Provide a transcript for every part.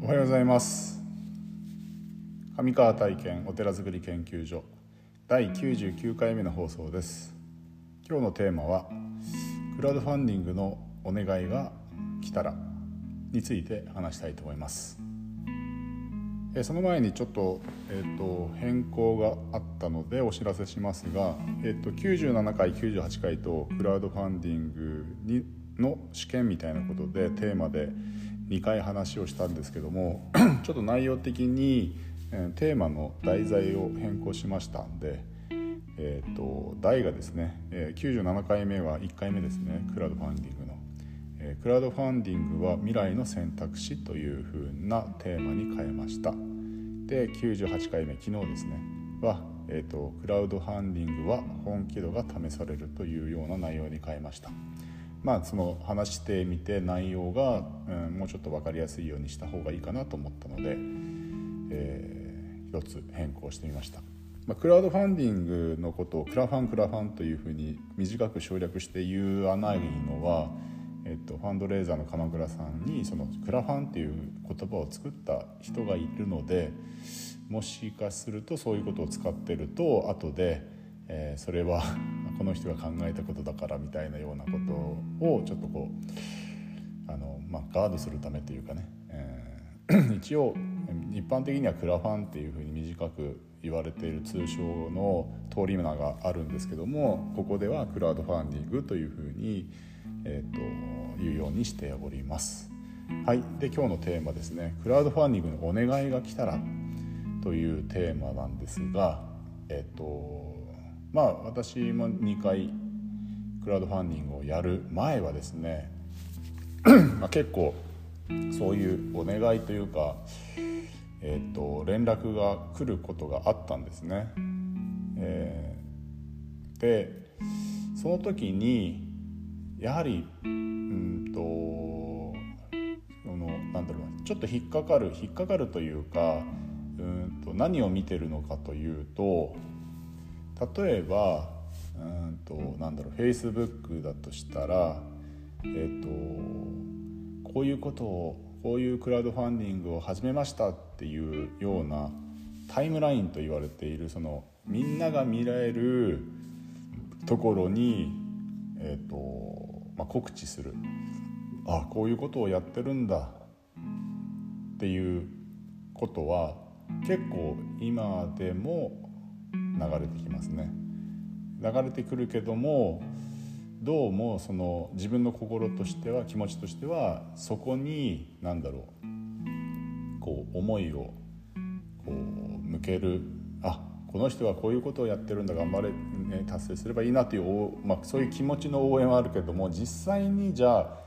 おはようございます。上川体験お寺づくり研究所第99回目の放送です。今日のテーマはクラウドファンディングのお願いが来たらについて話したいと思います。その前にちょっと、変更があったのでお知らせしますが、97回98回とクラウドファンディングの試験みたいなことでテーマで2回話をしたんですけどもちょっと内容的にテーマの題材を変更しましたんで、題がですね、97回目は1回目ですね。クラウドファンディングの、クラウドファンディングは未来の選択肢というふうなテーマに変えました。で98回目昨日ですねは、クラウドファンディングは本気度が試されるというような内容に変えました。その話してみて内容が、もうちょっと分かりやすいようにした方がいいかなと思ったので、一つ変更してみました。クラウドファンディングのことをクラファンというふうに短く省略して言わないのは、ファンドレーザーの鎌倉さんにそのクラファンっていう言葉を作った人がいるので、もしかするとそういうことを使ってると後で、それはこの人が考えたことだからみたいなようなことをちょっとこうガードするためというかね、一応一般的にはクラファンっていうふうに短く言われている通称の通り名があるんですけども、ここではクラウドファンディングというふうに、言うようにしております。はい。で今日のテーマですね、クラウドファンディングのお願いが来たらというテーマなんですが、私も2回クラウドファンディングをやる前はですね結構そういうお願いというか、連絡が来ることがあったんですね。でその時にやはりちょっと引っかかるというか、何を見てるのかというと、例えばFacebook だとしたら、こういうことをこういうクラウドファンディングを始めましたっていうようなタイムラインと言われている、そのみんなが見られるところに、告知する、こういうことをやってるんだっていうことは結構今でも流れてきますね。流れてくるけども、どうもその自分の心としては、気持ちとしてはそこにこう思いをこう向ける、この人はこういうことをやってるんだ、頑張れ、達成すればいいなという、そういう気持ちの応援はあるけども、実際にじゃあ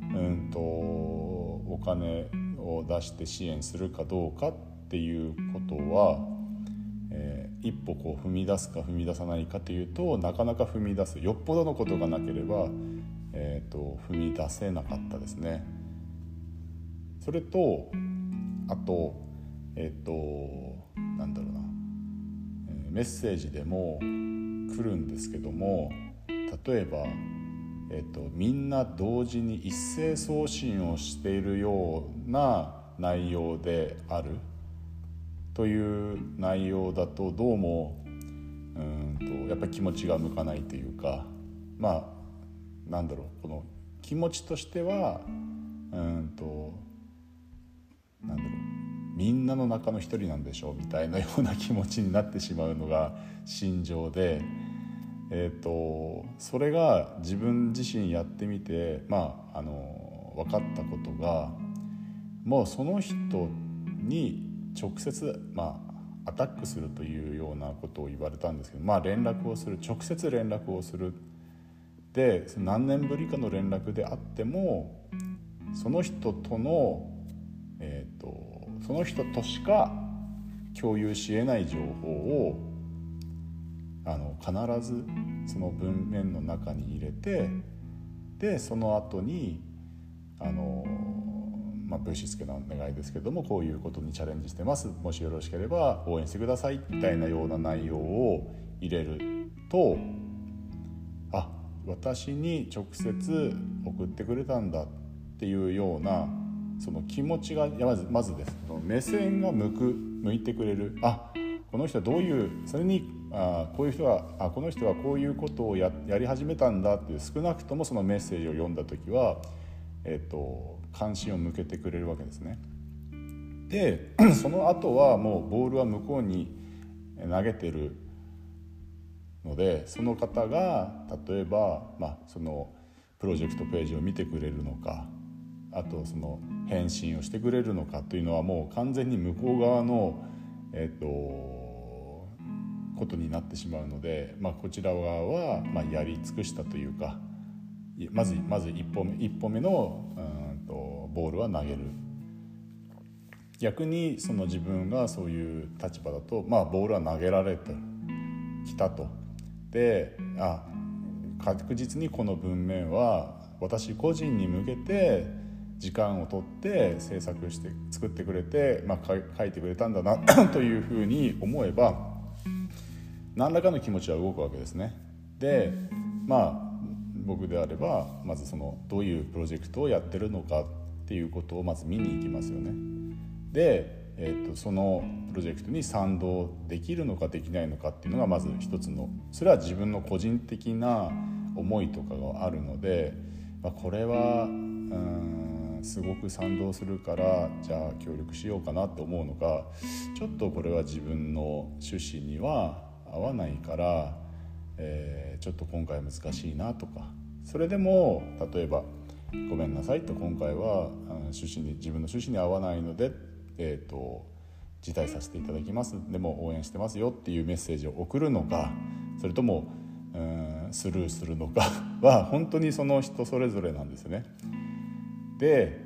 お金を出して支援するかどうかっていうことは、一歩こう踏み出すか踏み出さないかというと、なかなか踏み出す、よっぽどのことがなければ、踏み出せなかったですね。それとあとメッセージでも来るんですけども、例えば、みんな同時に一斉送信をしているような内容であるという内容だと、どうもやっぱり気持ちが向かないというか、この気持ちとしてはみんなの中の一人なんでしょうみたいなような気持ちになってしまうのが心情で、それが自分自身やってみて分かったことが、もうその人に直接アタックするというようなことを言われたんですけど、直接連絡をする。で何年ぶりかの連絡であっても、その人とのその人としか共有し得ない情報を必ずその文面の中に入れて、でその後にぶしつけなお願いですけども、こういうことにチャレンジしてます、もしよろしければ応援してくださいみたいなような内容を入れると、私に直接送ってくれたんだっていうようなその気持ちがまずです。目線が向いてくれる、この人はどういう、それにこういう人はこの人はこういうことを やり始めたんだっていう、少なくともそのメッセージを読んだ時は、関心を向けてくれるわけですね。でその後はもうボールは向こうに投げてるので、その方が例えば、そのプロジェクトページを見てくれるのか、あとその返信をしてくれるのかというのはもう完全に向こう側の、ことになってしまうので、こちら側はやり尽くしたというか、まず一歩目のボールは投げる。逆にその自分がそういう立場だと、ボールは投げられてきたと。で、確実にこの文面は私個人に向けて時間を取って制作して作ってくれて、書いてくれたんだなというふうに思えば、何らかの気持ちは動くわけですね。で、僕であればまずそのどういうプロジェクトをやってるのかっていうことをまず見に行きますよね。で、そのプロジェクトに賛同できるのかできないのかっていうのがまず一つの、それは自分の個人的な思いとかがあるので、これはすごく賛同するからじゃあ協力しようかなと思うのか、ちょっとこれは自分の趣旨には合わないから、ちょっと今回難しいなとか、それでも例えばごめんなさいと、今回は自分の趣旨に合わないので、辞退させていただきます、でも応援してますよっていうメッセージを送るのか、それともスルーするのかは本当にその人それぞれなんですよね。で、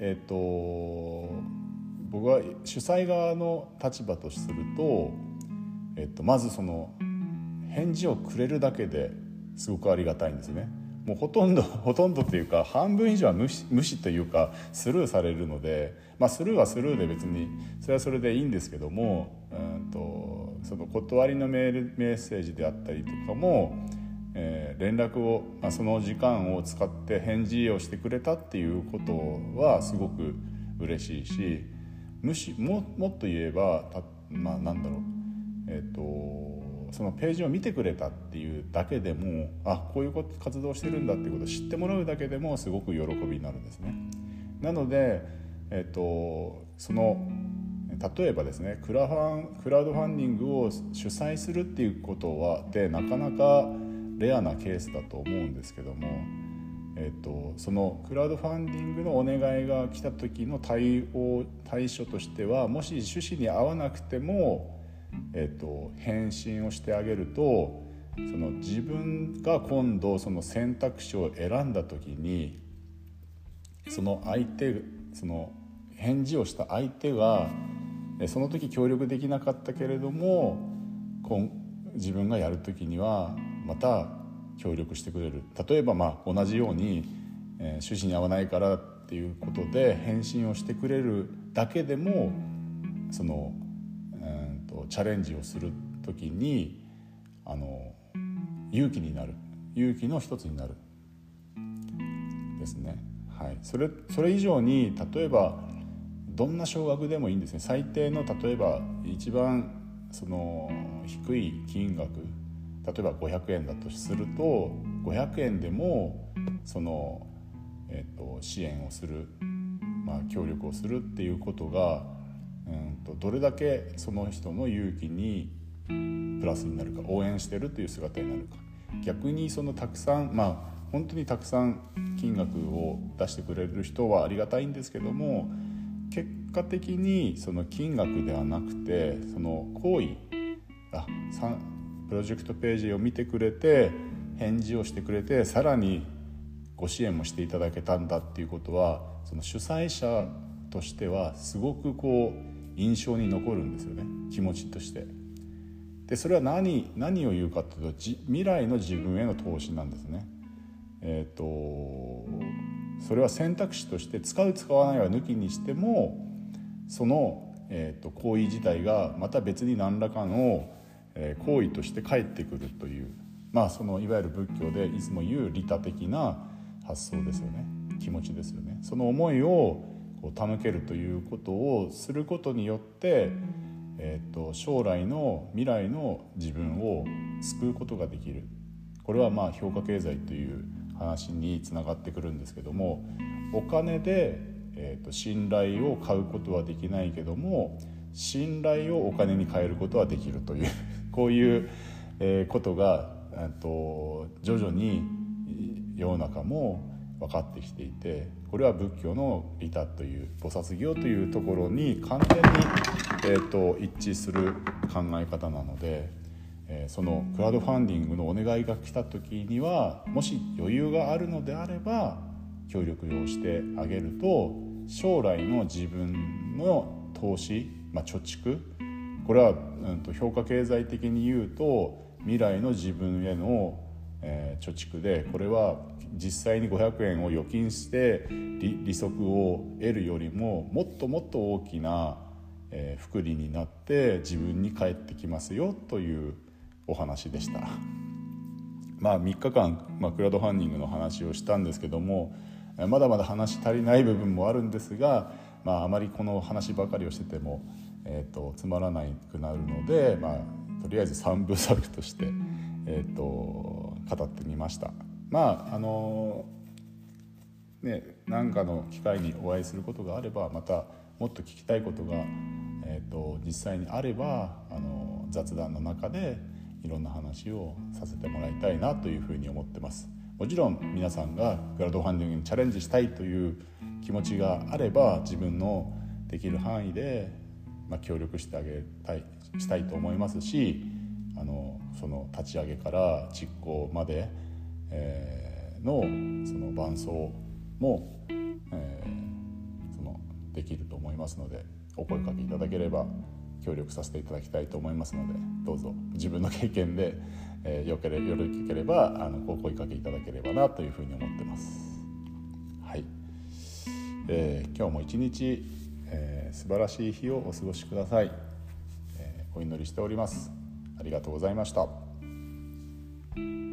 僕は主催側の立場とすると、まずその返事をくれるだけですごくありがたいんですね。もうほとんどというか半分以上は無視というかスルーされるので、スルーはスルーで別にそれはそれでいいんですけども、その断りのメッセージであったりとかも、連絡を、その時間を使って返事をしてくれたっていうことはすごく嬉しいし、もっと言えばなんだろう、そのページを見てくれたっていうだけでも、こういう活動してるんだっていうことを知ってもらうだけでもすごく喜びになるんですね。なので、その例えばですね、クラウドファンディングを主催するっていうことはでなかなかレアなケースだと思うんですけども、そのクラウドファンディングのお願いが来た時の対処としては、もし趣旨に合わなくても返信をしてあげると、その自分が今度その選択肢を選んだ時に、その返事をした相手がその時協力できなかったけれども、自分がやる時にはまた協力してくれる。例えば同じように、趣旨に合わないからっていうことで返信をしてくれるだけでも、そのチャレンジをするときに勇気の一つになるですね。それ以上に、例えばどんな少額でもいいんですね。最低の例えば一番その低い金額、例えば500円だとすると、500円でもその、支援をする、協力をするっていうことがどれだけその人の勇気にプラスになるか、応援してるという姿になるか。逆にそのたくさん、本当にたくさん金額を出してくれる人はありがたいんですけども、結果的にその金額ではなくて、その行為、プロジェクトページを見てくれて返事をしてくれて、さらにご支援もしていただけたんだっていうことは、その主催者としてはすごく印象に残るんですよね、気持ちとして。でそれは何を言うかというと、未来の自分への投資なんですね。それは選択肢として使う使わないは抜きにしても、その、行為自体がまた別に何らかの、行為として返ってくるという、そのいわゆる仏教でいつも言う利他的な発想ですよね、気持ちですよね。その思いを手向けるということをすることによって、将来の未来の自分を救うことができる。これは評価経済という話につながってくるんですけども、お金で、信頼を買うことはできないけども、信頼をお金に変えることはできるというこういう、ことが、徐々に世の中も分かってきていて、これは仏教の利他という菩薩行というところに完全に、一致する考え方なので、そのクラウドファンディングのお願いが来た時には、もし余裕があるのであれば協力をしてあげると、将来の自分の投資、貯蓄、これは、評価経済的に言うと未来の自分への、貯蓄で、これは実際に500円を預金して利息を得るよりももっともっと大きな、複利になって自分に返ってきますよというお話でした。3日間、クラウドファンディングの話をしたんですけども、まだまだ話足りない部分もあるんですが、あまりこの話ばかりをしてても、つまらなくなるので、とりあえず3部作として、語ってみました。何かの機会にお会いすることがあれば、またもっと聞きたいことが、実際にあれば、雑談の中でいろんな話をさせてもらいたいなというふうに思ってます。もちろん皆さんがクラウドファンディングにチャレンジしたいという気持ちがあれば、自分のできる範囲で、協力してあげたいしたいと思いますし、その立ち上げから実行まで、のその伴走も、できると思いますので、お声かけいただければ協力させていただきたいと思いますので、どうぞ自分の経験で、よろしければお声かけいただければなというふうに思ってます。はい、今日も一日、素晴らしい日をお過ごしください。お祈りしております。ありがとうございました。